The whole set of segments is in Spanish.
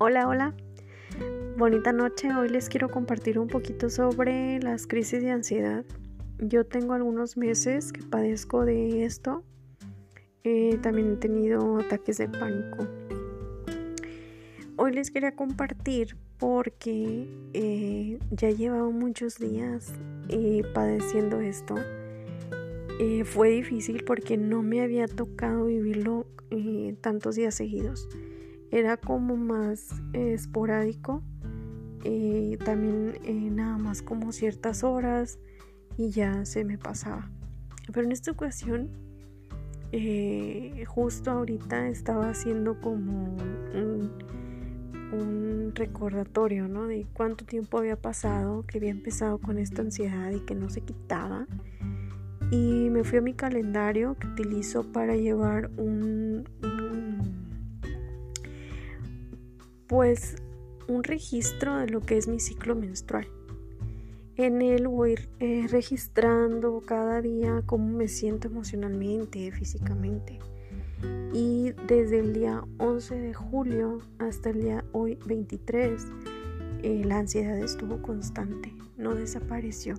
Hola, hola, bonita noche. Hoy les quiero compartir un poquito sobre las crisis de ansiedad. Yo tengo algunos meses que padezco de esto. También he tenido ataques de pánico. Hoy les quería compartir porque ya llevaba muchos días padeciendo esto. Fue difícil porque no me había tocado vivirlo tantos días seguidos. Era como más esporádico, también nada más como ciertas horas y ya se me pasaba. Pero en esta ocasión, justo ahorita estaba haciendo como un recordatorio, ¿no? De cuánto tiempo había pasado, que había empezado con esta ansiedad y que no se quitaba. Y me fui a mi calendario que utilizo para llevar un registro de lo que es mi ciclo menstrual. En él voy registrando cada día cómo me siento emocionalmente, físicamente. Y desde el día 11 de julio hasta el día hoy 23, la ansiedad estuvo constante, no desapareció.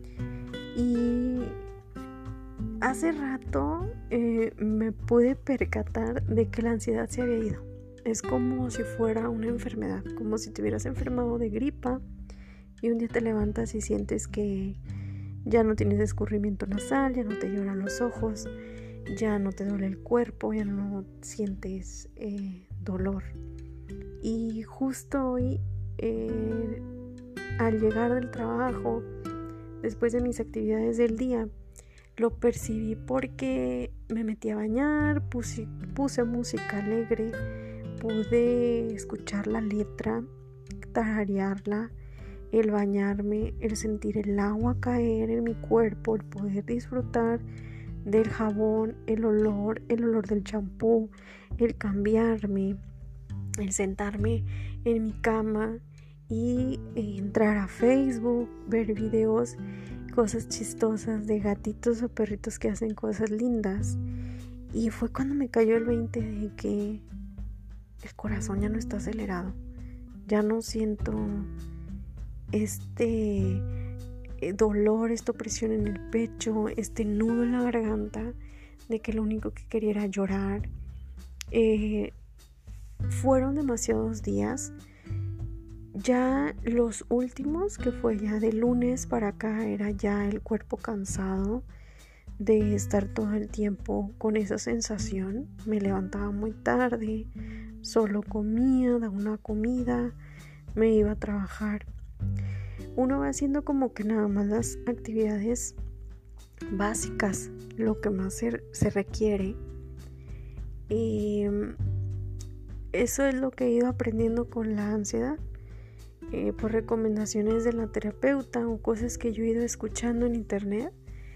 Y hace rato me pude percatar de que la ansiedad se había ido. Es como si fuera una enfermedad, como si te hubieras enfermado de gripa y un día te levantas y sientes que ya no tienes escurrimiento nasal, ya no te lloran los ojos, ya no te duele el cuerpo, ya no sientes dolor. Y justo hoy, al llegar del trabajo, después de mis actividades del día, lo percibí porque me metí a bañar, puse música alegre, pude escuchar la letra, tararearla, el bañarme, el sentir el agua caer en mi cuerpo, el poder disfrutar del jabón, el olor del champú, el cambiarme, el sentarme en mi cama y entrar a Facebook, ver videos, cosas chistosas de gatitos o perritos que hacen cosas lindas. Y fue cuando me cayó el 20 de que el corazón ya no está acelerado, ya no siento este dolor, esta opresión en el pecho, este nudo en la garganta, de que lo único que quería era llorar. Fueron demasiados días. Ya los últimos, que fue ya de lunes para acá, era ya el cuerpo cansado de estar todo el tiempo con esa sensación. Me levantaba muy tarde, solo comía, daba una comida, me iba a trabajar. Uno va haciendo como que nada más las actividades básicas, lo que más se requiere. Y eso es lo que he ido aprendiendo con la ansiedad, por recomendaciones de la terapeuta o cosas que yo he ido escuchando en internet.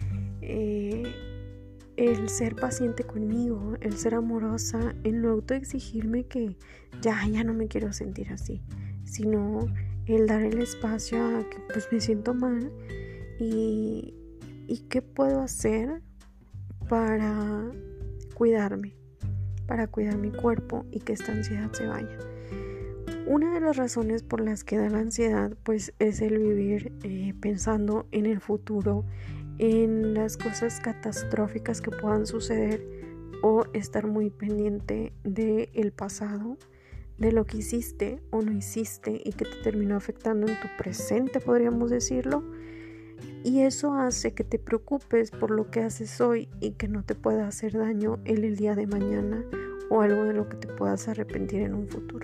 El ser paciente conmigo, el ser amorosa, el no autoexigirme que ya no me quiero sentir así, sino el dar el espacio a que pues me siento mal y qué puedo hacer para cuidarme, para cuidar mi cuerpo y que esta ansiedad se vaya. Una de las razones por las que da la ansiedad pues es el vivir pensando en el futuro, en las cosas catastróficas que puedan suceder o estar muy pendiente del pasado, de lo que hiciste o no hiciste y que te terminó afectando en tu presente, podríamos decirlo. Y eso hace que te preocupes por lo que haces hoy y que no te pueda hacer daño en el día de mañana o algo de lo que te puedas arrepentir en un futuro.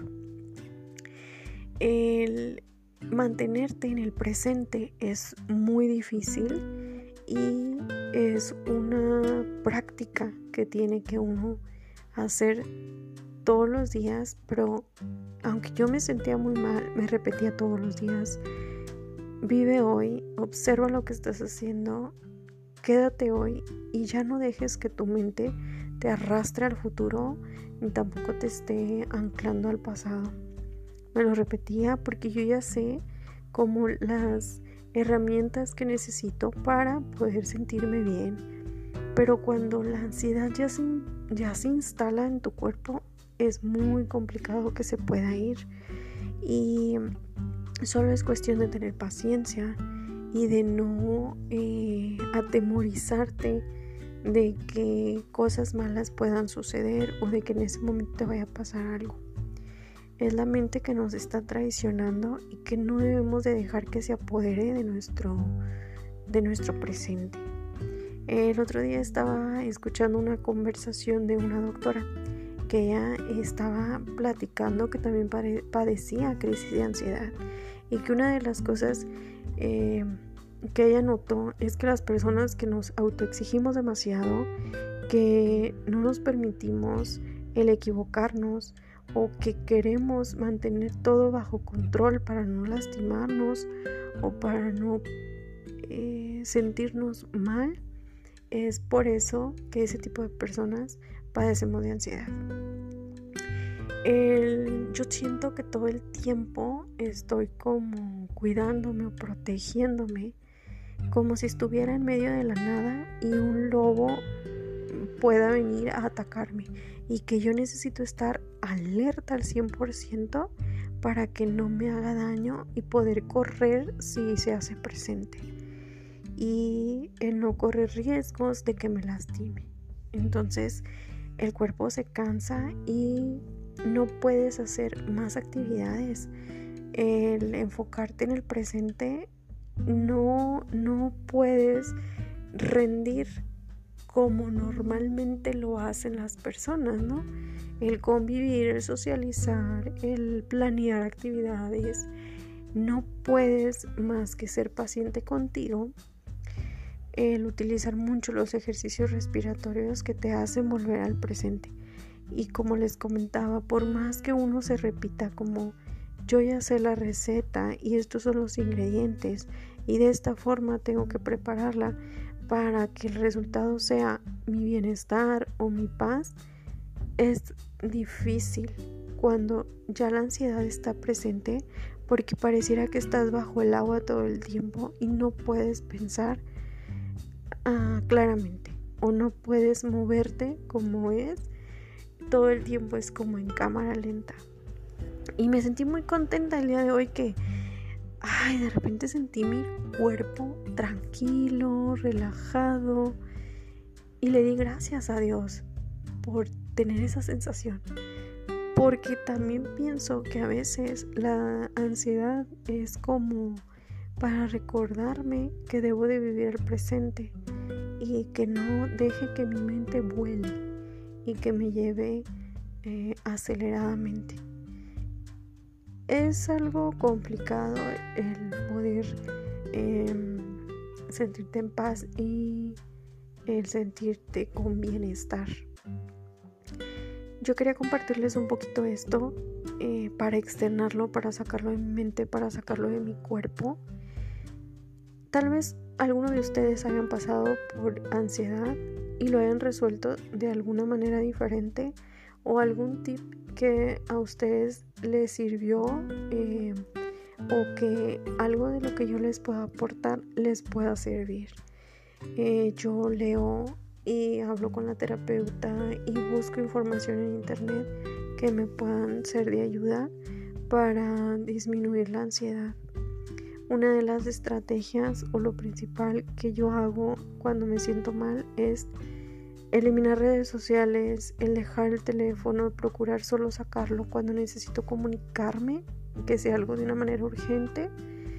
El mantenerte en el presente es muy difícil y es una práctica que tiene que uno hacer todos los días, pero aunque yo me sentía muy mal, me repetía todos los días: vive hoy, observa lo que estás haciendo, quédate hoy y ya no dejes que tu mente te arrastre al futuro ni tampoco te esté anclando al pasado. Me lo repetía porque yo ya sé cómo las herramientas que necesito para poder sentirme bien, pero cuando la ansiedad ya se instala en tu cuerpo, es muy complicado que se pueda ir. Y solo es cuestión de tener paciencia y de no atemorizarte de que cosas malas puedan suceder o de que en ese momento te vaya a pasar algo. Es la mente que nos está traicionando y que no debemos de dejar que se apodere de nuestro presente. El otro día estaba escuchando una conversación de una doctora que ella estaba platicando que también padecía crisis de ansiedad y que una de las cosas que ella notó es que las personas que nos autoexigimos demasiado, que no nos permitimos el equivocarnos o que queremos mantener todo bajo control para no lastimarnos o para no sentirnos mal, es por eso que ese tipo de personas padecemos de ansiedad. Yo siento que todo el tiempo estoy como cuidándome o protegiéndome, como si estuviera en medio de la nada y un lobo pueda venir a atacarme y que yo necesito estar alerta al 100% para que no me haga daño y poder correr si se hace presente y el no correr riesgos de que me lastime. Entonces el cuerpo se cansa y no puedes hacer más actividades. El enfocarte en el presente, no puedes rendir como normalmente lo hacen las personas, ¿no? El convivir, el socializar, el planear actividades. No puedes más que ser paciente contigo. El utilizar mucho los ejercicios respiratorios que te hacen volver al presente. Y como les comentaba, por más que uno se repita como yo ya sé la receta y estos son los ingredientes y de esta forma tengo que prepararla para que el resultado sea mi bienestar o mi paz, es difícil cuando ya la ansiedad está presente porque pareciera que estás bajo el agua todo el tiempo y no puedes pensar claramente o no puedes moverte como es. Todo el tiempo es como en cámara lenta. Y me sentí muy contenta el día de hoy que de repente sentí mi cuerpo tranquilo, relajado y le di gracias a Dios por tener esa sensación. Porque también pienso que a veces la ansiedad es como para recordarme que debo de vivir el presente y que no deje que mi mente vuele y que me lleve aceleradamente. Es algo complicado el poder sentirte en paz y el sentirte con bienestar. Yo quería compartirles un poquito esto para externarlo, para sacarlo de mi mente, para sacarlo de mi cuerpo. Tal vez algunos de ustedes hayan pasado por ansiedad y lo hayan resuelto de alguna manera diferente o algún tip que a ustedes les sirvió o que algo de lo que yo les pueda aportar les pueda servir. Yo leo y hablo con la terapeuta y busco información en internet que me puedan ser de ayuda para disminuir la ansiedad. Una de las estrategias o lo principal que yo hago cuando me siento mal es eliminar redes sociales, el dejar el teléfono, procurar solo sacarlo cuando necesito comunicarme, que sea algo de una manera urgente,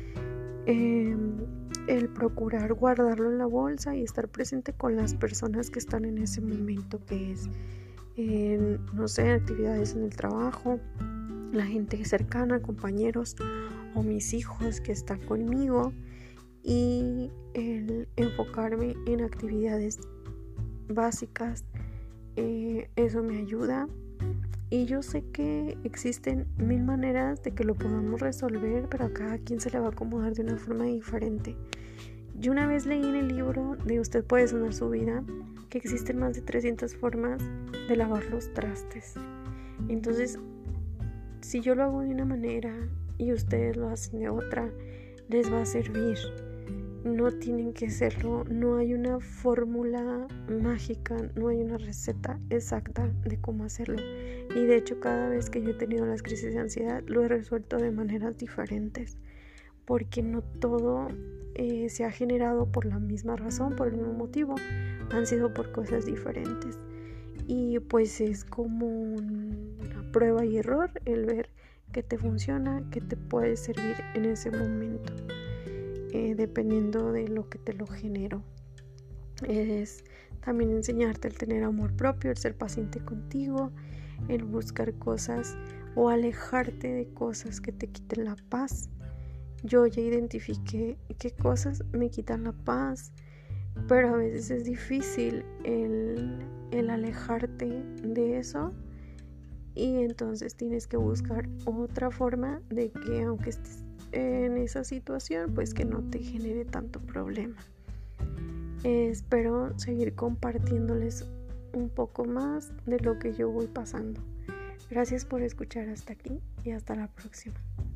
el procurar guardarlo en la bolsa y estar presente con las personas que están en ese momento, que es, actividades en el trabajo, la gente cercana, compañeros o mis hijos que están conmigo, y el enfocarme en actividades básicas. Eso me ayuda y yo sé que existen 1000 maneras de que lo podamos resolver, pero a cada quien se le va a acomodar de una forma diferente. Yo una vez leí en el libro de Usted puede sanar su vida que existen más de 300 formas de lavar los trastes. Entonces, si yo lo hago de una manera y ustedes lo hacen de otra, les va a servir. no tienen que serlo, no hay una fórmula mágica, no hay una receta exacta de cómo hacerlo. Y de hecho cada vez que yo he tenido las crisis de ansiedad lo he resuelto de maneras diferentes, porque no todo se ha generado por la misma razón, por el mismo motivo, han sido por cosas diferentes. Y pues es como una prueba y error el ver qué te funciona, qué te puede servir en ese momento. Dependiendo de lo que te lo generó. Es también enseñarte el tener amor propio, el ser paciente contigo, el buscar cosas o alejarte de cosas que te quiten la paz. Yo ya identifiqué qué cosas me quitan la paz, pero a veces es difícil el alejarte de eso, y entonces tienes que buscar otra forma de que aunque estés en esa situación, pues que no te genere tanto problema. Espero seguir compartiéndoles un poco más de lo que yo voy pasando. Gracias por escuchar hasta aquí y hasta la próxima.